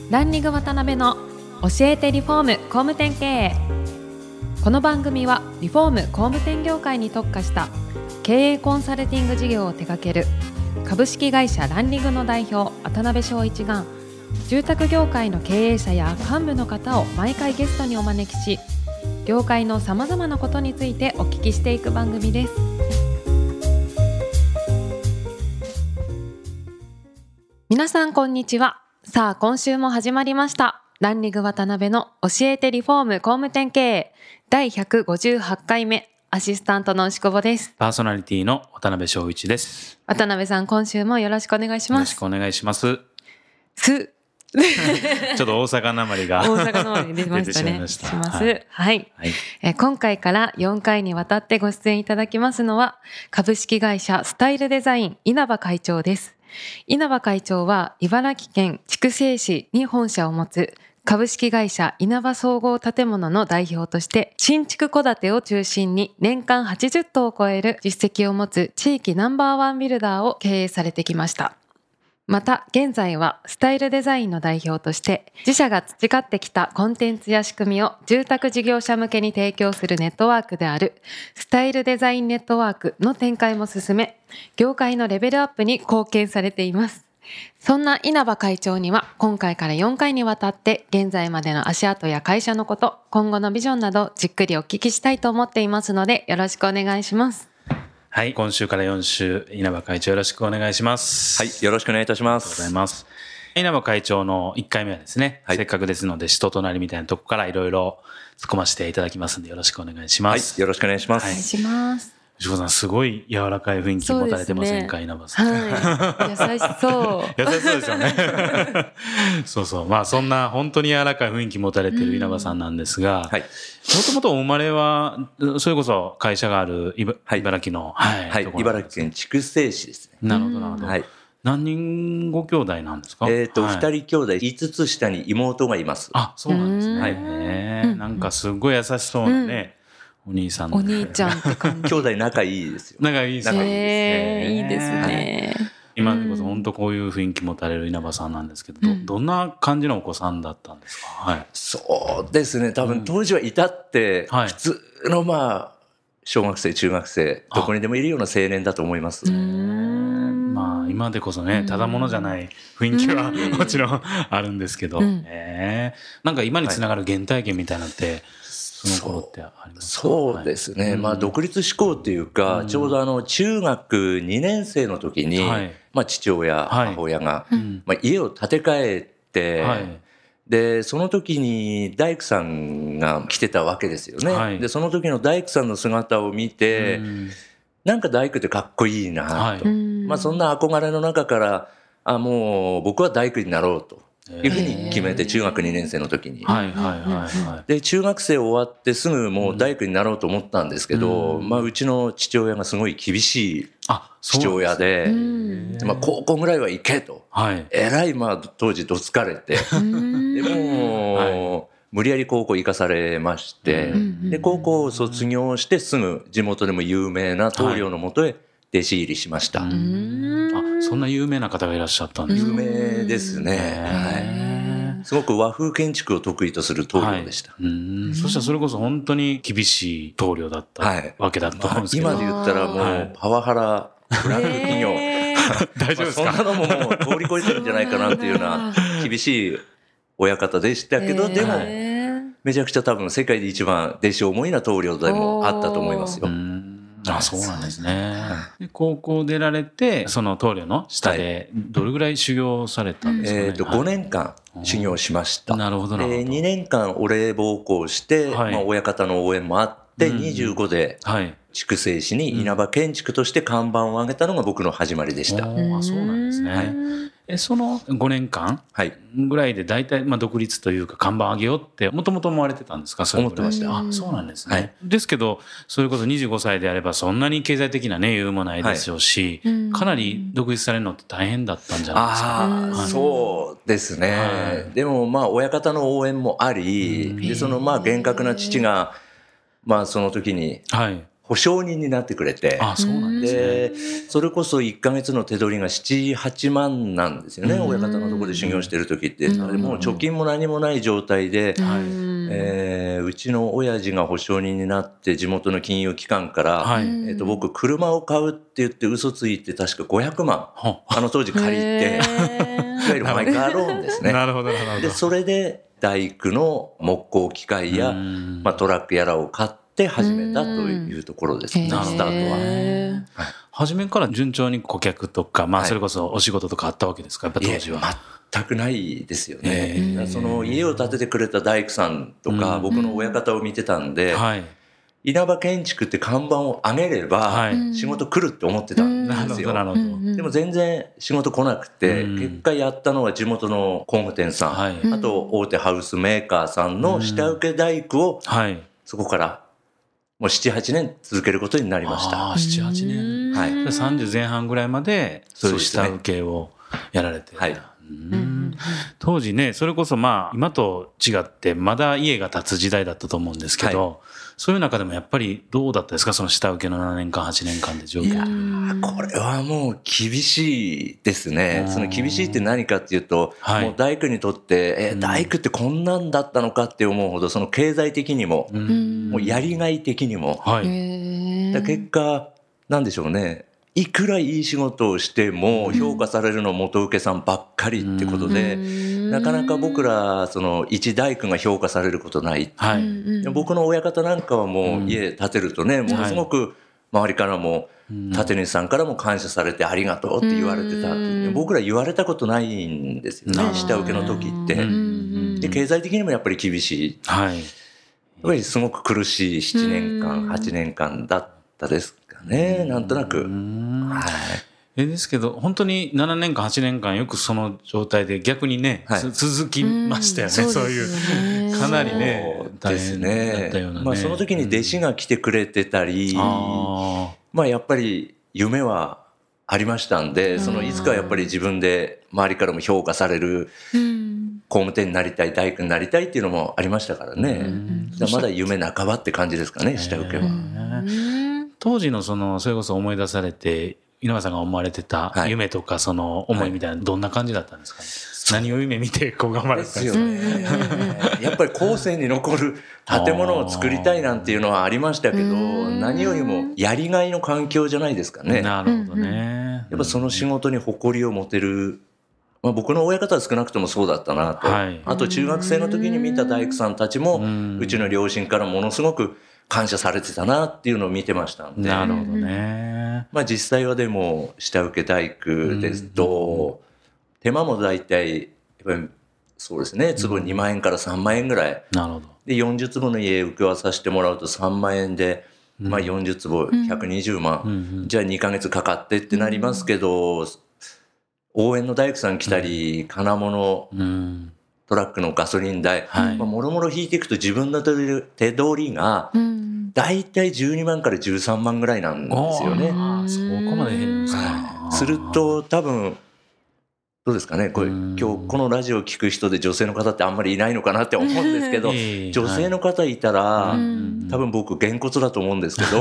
ランニング渡辺の教えてリフォーム工務店経営。この番組はリフォーム工務店業界に特化した経営コンサルティング事業を手掛ける株式会社ランリングの代表渡辺翔一が、住宅業界の経営者や幹部の方を毎回ゲストにお招きし、業界のさまざまなことについてお聞きしていく番組です。皆さんこんにちは。さあ今週も始まりました、ランリング渡辺の教えてリフォーム工務店経営第158回目、アシスタントの牛久保です。 パーソナリティの渡辺翔一です。 渡辺さん、今週もよろしくお願いします。 よろしくお願いします。 ちょっと大阪なまりが大阪なまり出ましたね。します。はい。今回から4回にわたってご出演いただきますのは、株式会社スタイルデザイン稲葉会長です。稲葉会長は茨城県筑西市に本社を持つ株式会社稲葉総合建物の代表として、新築戸建てを中心に年間80棟を超える実績を持つ地域ナンバーワンビルダーを経営されてきました。また現在はスタイルデザインの代表として、自社が培ってきたコンテンツや仕組みを住宅事業者向けに提供するネットワークであるスタイルデザインネットワークの展開も進め、業界のレベルアップに貢献されています。そんな稲葉会長には今回から4回にわたって現在までの足跡や会社のこと、今後のビジョンなどじっくりお聞きしたいと思っていますので、よろしくお願いします。 はい、今週から4週、稲葉会長よろしくお願いします。 はい、よろしくお願いいたします。 ありがとうございます。稲葉会長の1回目はですね、せっかくですので人となりみたいなとこからいろいろ突っ込ませていただきますので、よろしくお願いします。 はい、よろしくお願いします。 お願いします。 牛久さん、すごい柔らかい雰囲気持たれてませんか、稲葉さん。 はい、優しそう。 優しそうですよね。そうそう。まあそんな本当に柔らかい雰囲気持たれてる稲葉さんなんですが、もともとお生まれはそれこそ会社がある茨城の、 茨城県筑西市ですね。 なるほどなるほど。何人ご兄弟なんですか ？2人兄弟、5つ下に妹がいます。 あ、そうなんですね。なんかすごい優しそうなね。お兄さん、 お兄ちゃんって感じ。 兄弟仲いいですよ。 仲いいですね。 いいですね。 今でこそ本当こういう雰囲気持たれる稲葉さんなんですけど、どんな感じのお子さんだったんですか？ そうですね。多分当時は至って普通の小学生中学生どこにでもいるような青年だと思います。 まあ今でこそね、ただものじゃない雰囲気はもちろんあるんですけど、なんか今につながる原体験みたいなってその頃ってありますか？ そうですね。独立志向っていうか、ちょうど中学2年生の時に、父親、母親が、家を建て替えて、で、その時に大工さんが来てたわけですよね。で、その時の大工さんの姿を見て、なんか大工ってかっこいいなと。そんな憧れの中から、もう僕は大工になろうと。いうふうに決めて、中学2年生の時に。で、中学生終わってすぐもう大工になろうと思ったんですけど、うちの父親がすごい厳しい父親で、高校ぐらいは行けと。えらい当時どつかれて。でも無理やり高校行かされまして、で、高校を卒業してすぐ地元でも有名な棟梁のもとへ弟子入りしました。 そんな有名な方がいらっしゃったんですか？ 有名ですね。すごく和風建築を得意とする棟梁でした。 そしたらそれこそ本当に厳しい棟梁だったわけだと思うんですけど、 今で言ったらもうパワハラブランド企業、 大丈夫ですか？ そんなのももう通り越えてるんじゃないかなっていうような厳しい親方でしたけど、でもめちゃくちゃ多分世界で一番弟子思いな棟梁でもあったと思いますよ。 そうなんですね。で高校出られて、その棟梁の下でどれぐらい修行されたんですかね？ 5年間修行しました。 なるほどなるほど。 2年間お礼奉公して、親方の応援もあって25で筑西市に稲葉建築として看板を上げたのが僕の始まりでした。 そうなんですね。その5年間ぐらいで大体独立というか看板上げようってもともと思われてたんですか？ 思ってました。 そうなんですね。ですけどそれこそ25歳であればそんなに経済的な余裕もないでしょうし、かなり独立されるのって大変だったんじゃないですか？ そうですね。でも親方の応援もあり、でその厳格な父がその時に保証人になってくれて、 そうなんですね。それこそ1ヶ月の手取りが7、8万なんですよね。親方のところで修行してる時って。もう貯金も何もない状態で、うちの親父が保証人になって地元の金融機関から、僕車を買うって言って嘘ついて確か500万、当時借りて、いわゆるマイカーローンですね。 なるほど、なるほど。 で、それで大工の木工機械や、トラックやらを買って始めたというところですね、スタートは。 初めから順調に顧客とか、それこそお仕事とかあったわけですか、やっぱ当時は。 全くないですよね。その家を建ててくれた大工さんとか、僕の親方を見てたんで、稲葉建築って看板を上げれば仕事来るって思ってたんですよ。でも全然仕事来なくて、結果やったのは地元の工務店さん、あと大手ハウスメーカーさんの下請け大工をそこからもう7、8年続けることになりました。 7、8年。はい。30前半ぐらいまでそういう下請けをやられて。はい。当時ね、それこそ今と違ってまだ家が建つ時代だったと思うんですけど、そういう中でもやっぱりどうだったですか、その下請けの7年間8年間で状況。 これはもう厳しいですね。その厳しいって何かっていうと、もう大工にとって大工ってこんなんだったのかって思うほど、その経済的にも、もうやりがい的にも、結果なんでしょうね、いくらいい仕事をしても評価されるの元請けさんばっかりってことで、なかなか僕らその一大工が評価されることない、僕の親方なんかはもう家建てるとね、ものすごく周りからも建主さんからも感謝されてありがとうって言われてたって、僕ら言われたことないんですよね、下請けの時って。で経済的にもやっぱり厳しい、やっぱりすごく苦しい7年間8年間だったですかね、なんとなく。 ですけど本当に7年間8年間よくその状態で逆にね、続きましたよね、そういうかなりね大変だったようなね。 その時に弟子が来てくれてたり、やっぱり夢はありましたんで、そのいつかやっぱり自分で周りからも評価される工務店になりたい、大工になりたいっていうのもありましたからね。まだ夢半ばって感じですかね、下請けは。 当時のそれこそ思い出されて稲葉さんが思われてた夢とかその思いみたいな、どんな感じだったんですかね。何を夢見て頑張られたんですかね。 やっぱり後世に残る建物を作りたいなんていうのはありましたけど、何よりもやりがいの環境じゃないですかね。 なるほどね。 やっぱその仕事に誇りを持てる、僕の親方は少なくともそうだったなと、あと中学生の時に見た大工さんたちもうちの両親からものすごく感謝されてたなっていうのを見てましたんで。 なるほどね。 実際はでも下請け大工ですと、手間も大体やっぱりそうですね、坪2万円から3万円ぐらい。 なるほど。 で40坪の家請け負わさせてもらうと3万円で、40坪120万、じゃあ2ヶ月かかってってなりますけど、応援の大工さん来たり、金物、トラックのガソリン代、もろもろ引いていくと自分の手取りがだいたい12万から13万ぐらいなんですよね。 そこまで減るんですか。 すると多分どうですかね、今日このラジオを聞く人で女性の方ってあんまりいないのかなって思うんですけど、女性の方いたら多分僕げんこつだと思うんですけど、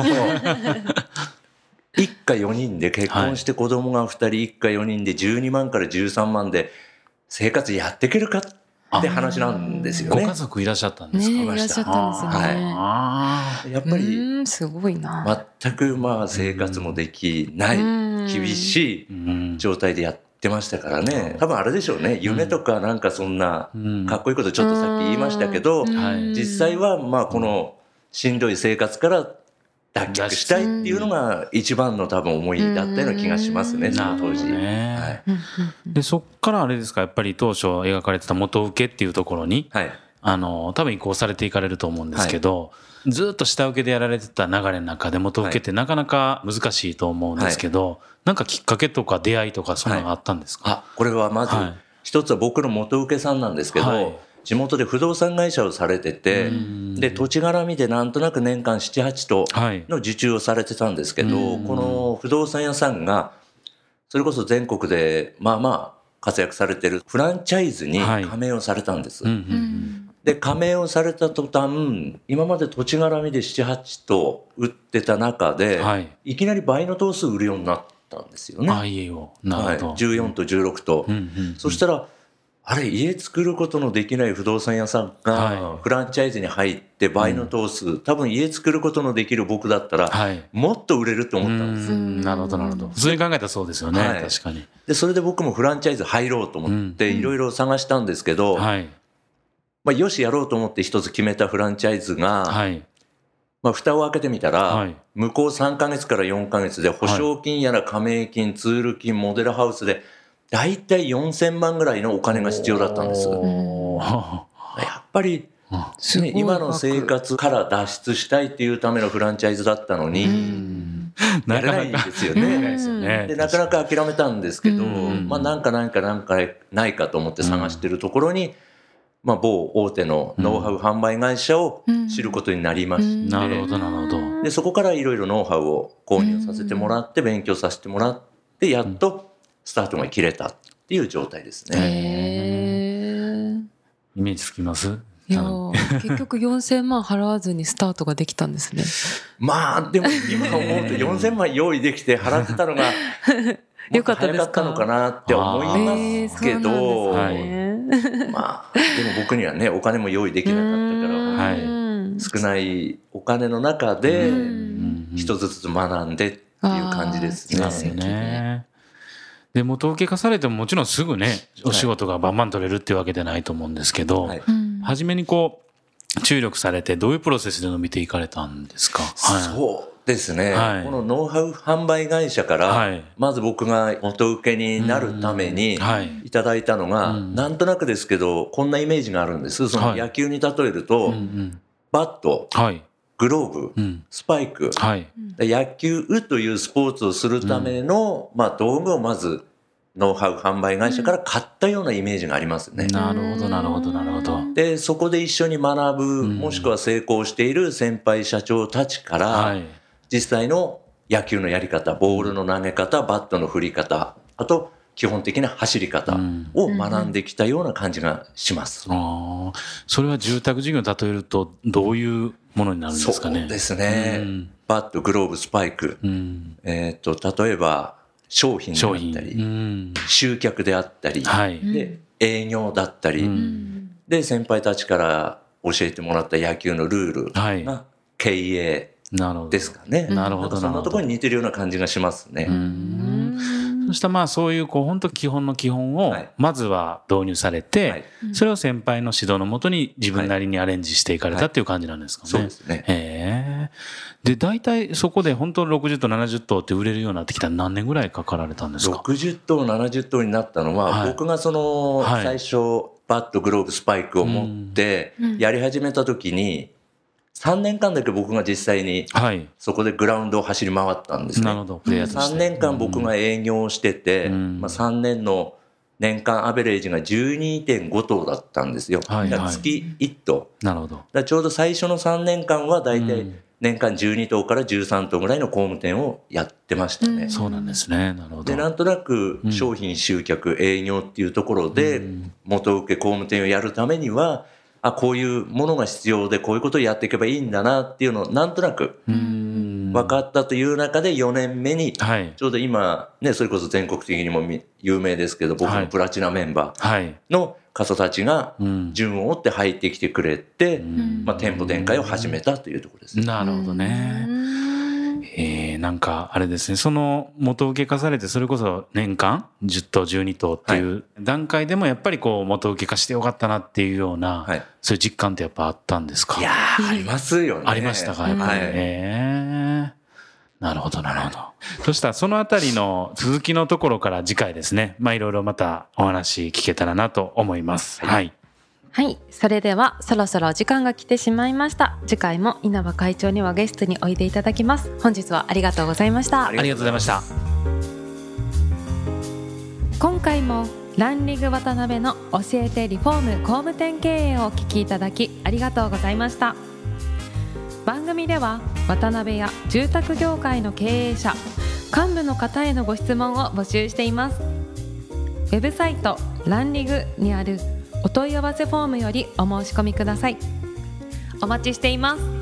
一家4人で結婚して子供が2人、一家4人で12万から13万で生活やっていけるかって話なんですよね。 ご家族いらっしゃったんですか。 いらっしゃったんですね。 やっぱりすごいな。 全く生活もできない厳しい状態でやってましたからね。多分あれでしょうね、夢とかなんかそんなかっこいいことちょっとさっき言いましたけど、実際はこのしんどい生活から脱却したいっていうのが一番の多分思いだったような気がしますね、その当時。 でそっからあれですか、やっぱり当初描かれてた元請けっていうところに、多分移行されていかれると思うんですけど、ずっと下請けでやられてた流れの中で元請けってなかなか難しいと思うんですけど、なんかきっかけとか出会いとかそんなのがあったんですか。 これはまず一つは僕の元請けさんなんですけど、地元で不動産会社をされてて、で土地絡みでなんとなく年間7、8棟の受注をされてたんですけど、この不動産屋さんがそれこそ全国で活躍されてるフランチャイズに加盟をされたんです。 で加盟をされた途端今まで土地絡みで 7,8 と売ってた中で、いきなり倍の棟数売るようになったんですよね。 家をなるほど、 14と16と、そしたらあれ家作ることのできない不動産屋さんがフランチャイズに入って倍の棟数、多分家作ることのできる僕だったらもっと売れると思ったんです。 なるほどなるほど。普通に考えたらそうですよね、確かに。 でそれで僕もフランチャイズ入ろうと思っていろいろ探したんですけど、よしやろうと思って一つ決めたフランチャイズが、蓋を開けてみたら、向こう3ヶ月から4ヶ月で保証金やら加盟金、ツール金、モデルハウスでだいたい4000万ぐらいのお金が必要だったんです。やっぱり、今の生活から脱出したいっていうためのフランチャイズだったのに、やれないんですよね。でなかなか諦めたんですけど、なんかないかと思って探してるところに、某大手のノウハウ販売会社を知ることになりまして、でそこからいろいろノウハウを購入させてもらって勉強させてもらってやっとスタートが切れたっていう状態ですね。 イメージつきます？ いや結局4000万払わずにスタートができたんですね。 でも今思うと4000万用意できて払ってたのがもっと早かったのかなって思いますけど、でも僕にはねお金も用意できなかったから、少ないお金の中で一つずつ学んでっていう感じですね。 で元請け化されてももちろんすぐねお仕事がバンバン取れるっていうわけではないと思うんですけど、初めに注力されてどういうプロセスで伸びていかれたんですか？ そうですね、このノウハウ販売会社から、まず僕が元請けになるためにいただいたのが、なんとなくですけどこんなイメージがあるんです。その野球に例えると、バット、グローブ、スパイク、野球というスポーツをするための、道具をまずノウハウ販売会社から買ったようなイメージがありますね。 なるほどなるほどなるほど。 でそこで一緒に学ぶ、もしくは成功している先輩社長たちから、実際の野球のやり方、ボールの投げ方、バットの振り方、あと基本的な走り方を学んできたような感じがします。 それは住宅事業に例えるとどういうものになるんですかね？ そうですね、バット、グローブ、スパイク、例えば商品であったり、集客であったり、で営業だったり、で先輩たちから教えてもらった野球のルールが経営ですかね。 なるほど。 そんなところに似てるような感じがしますね。 そしたそういう本当基本の基本をまずは導入されて、それを先輩の指導のもとに自分なりにアレンジしていかれたっていう感じなんですかね。 そうですね。 で大体そこで本当60頭70頭って売れるようになってきたら何年ぐらいかかられたんですか ？60頭70頭になったのは、僕が最初バット、グローブ、スパイクを持ってやり始めた時に3年間だけ僕が実際にそこでグラウンドを走り回ったんですね。3年間僕が営業をしてて、3年の年間アベレージが 12.5 頭だったんですよ。月1頭。ちょうど最初の3年間はだいたい年間12頭から13頭ぐらいの工務店をやってましたね。 そうなんですね。なるほど。 でなんとなく商品集客、営業っていうところで元請け工務店をやるためにはこういうものが必要でこういうことをやっていけばいいんだなっていうのをなんとなく分かったという中で4年目にちょうど今ねそれこそ全国的にも有名ですけど僕のプラチナメンバーの方たちが順を追って入ってきてくれて店舗展開を始めたというところです。 なるほどね。なんかあれですね、その元請け化されてそれこそ年間10頭12頭っていう段階でもやっぱり元請け化してよかったなっていうような、そういう実感ってやっぱあったんですか？ いやありますよね。 ありましたかやっぱり。なるほどなるほど。そしたらそのあたりの続きのところから次回ですね、いろいろまたお話聞けたらなと思います。 はい、それではそろそろ時間が来てしまいました。次回も稲葉会長にはゲストにおいでいただきます。本日はありがとうございました。 ありがとうございました。 今回もランリング渡辺の教えてリフォーム工務店経営をお聞きいただきありがとうございました。番組では渡辺や住宅業界の経営者、幹部の方へのご質問を募集しています。ウェブサイトランリグにあるお問い合わせフォームよりお申し込みください。お待ちしています。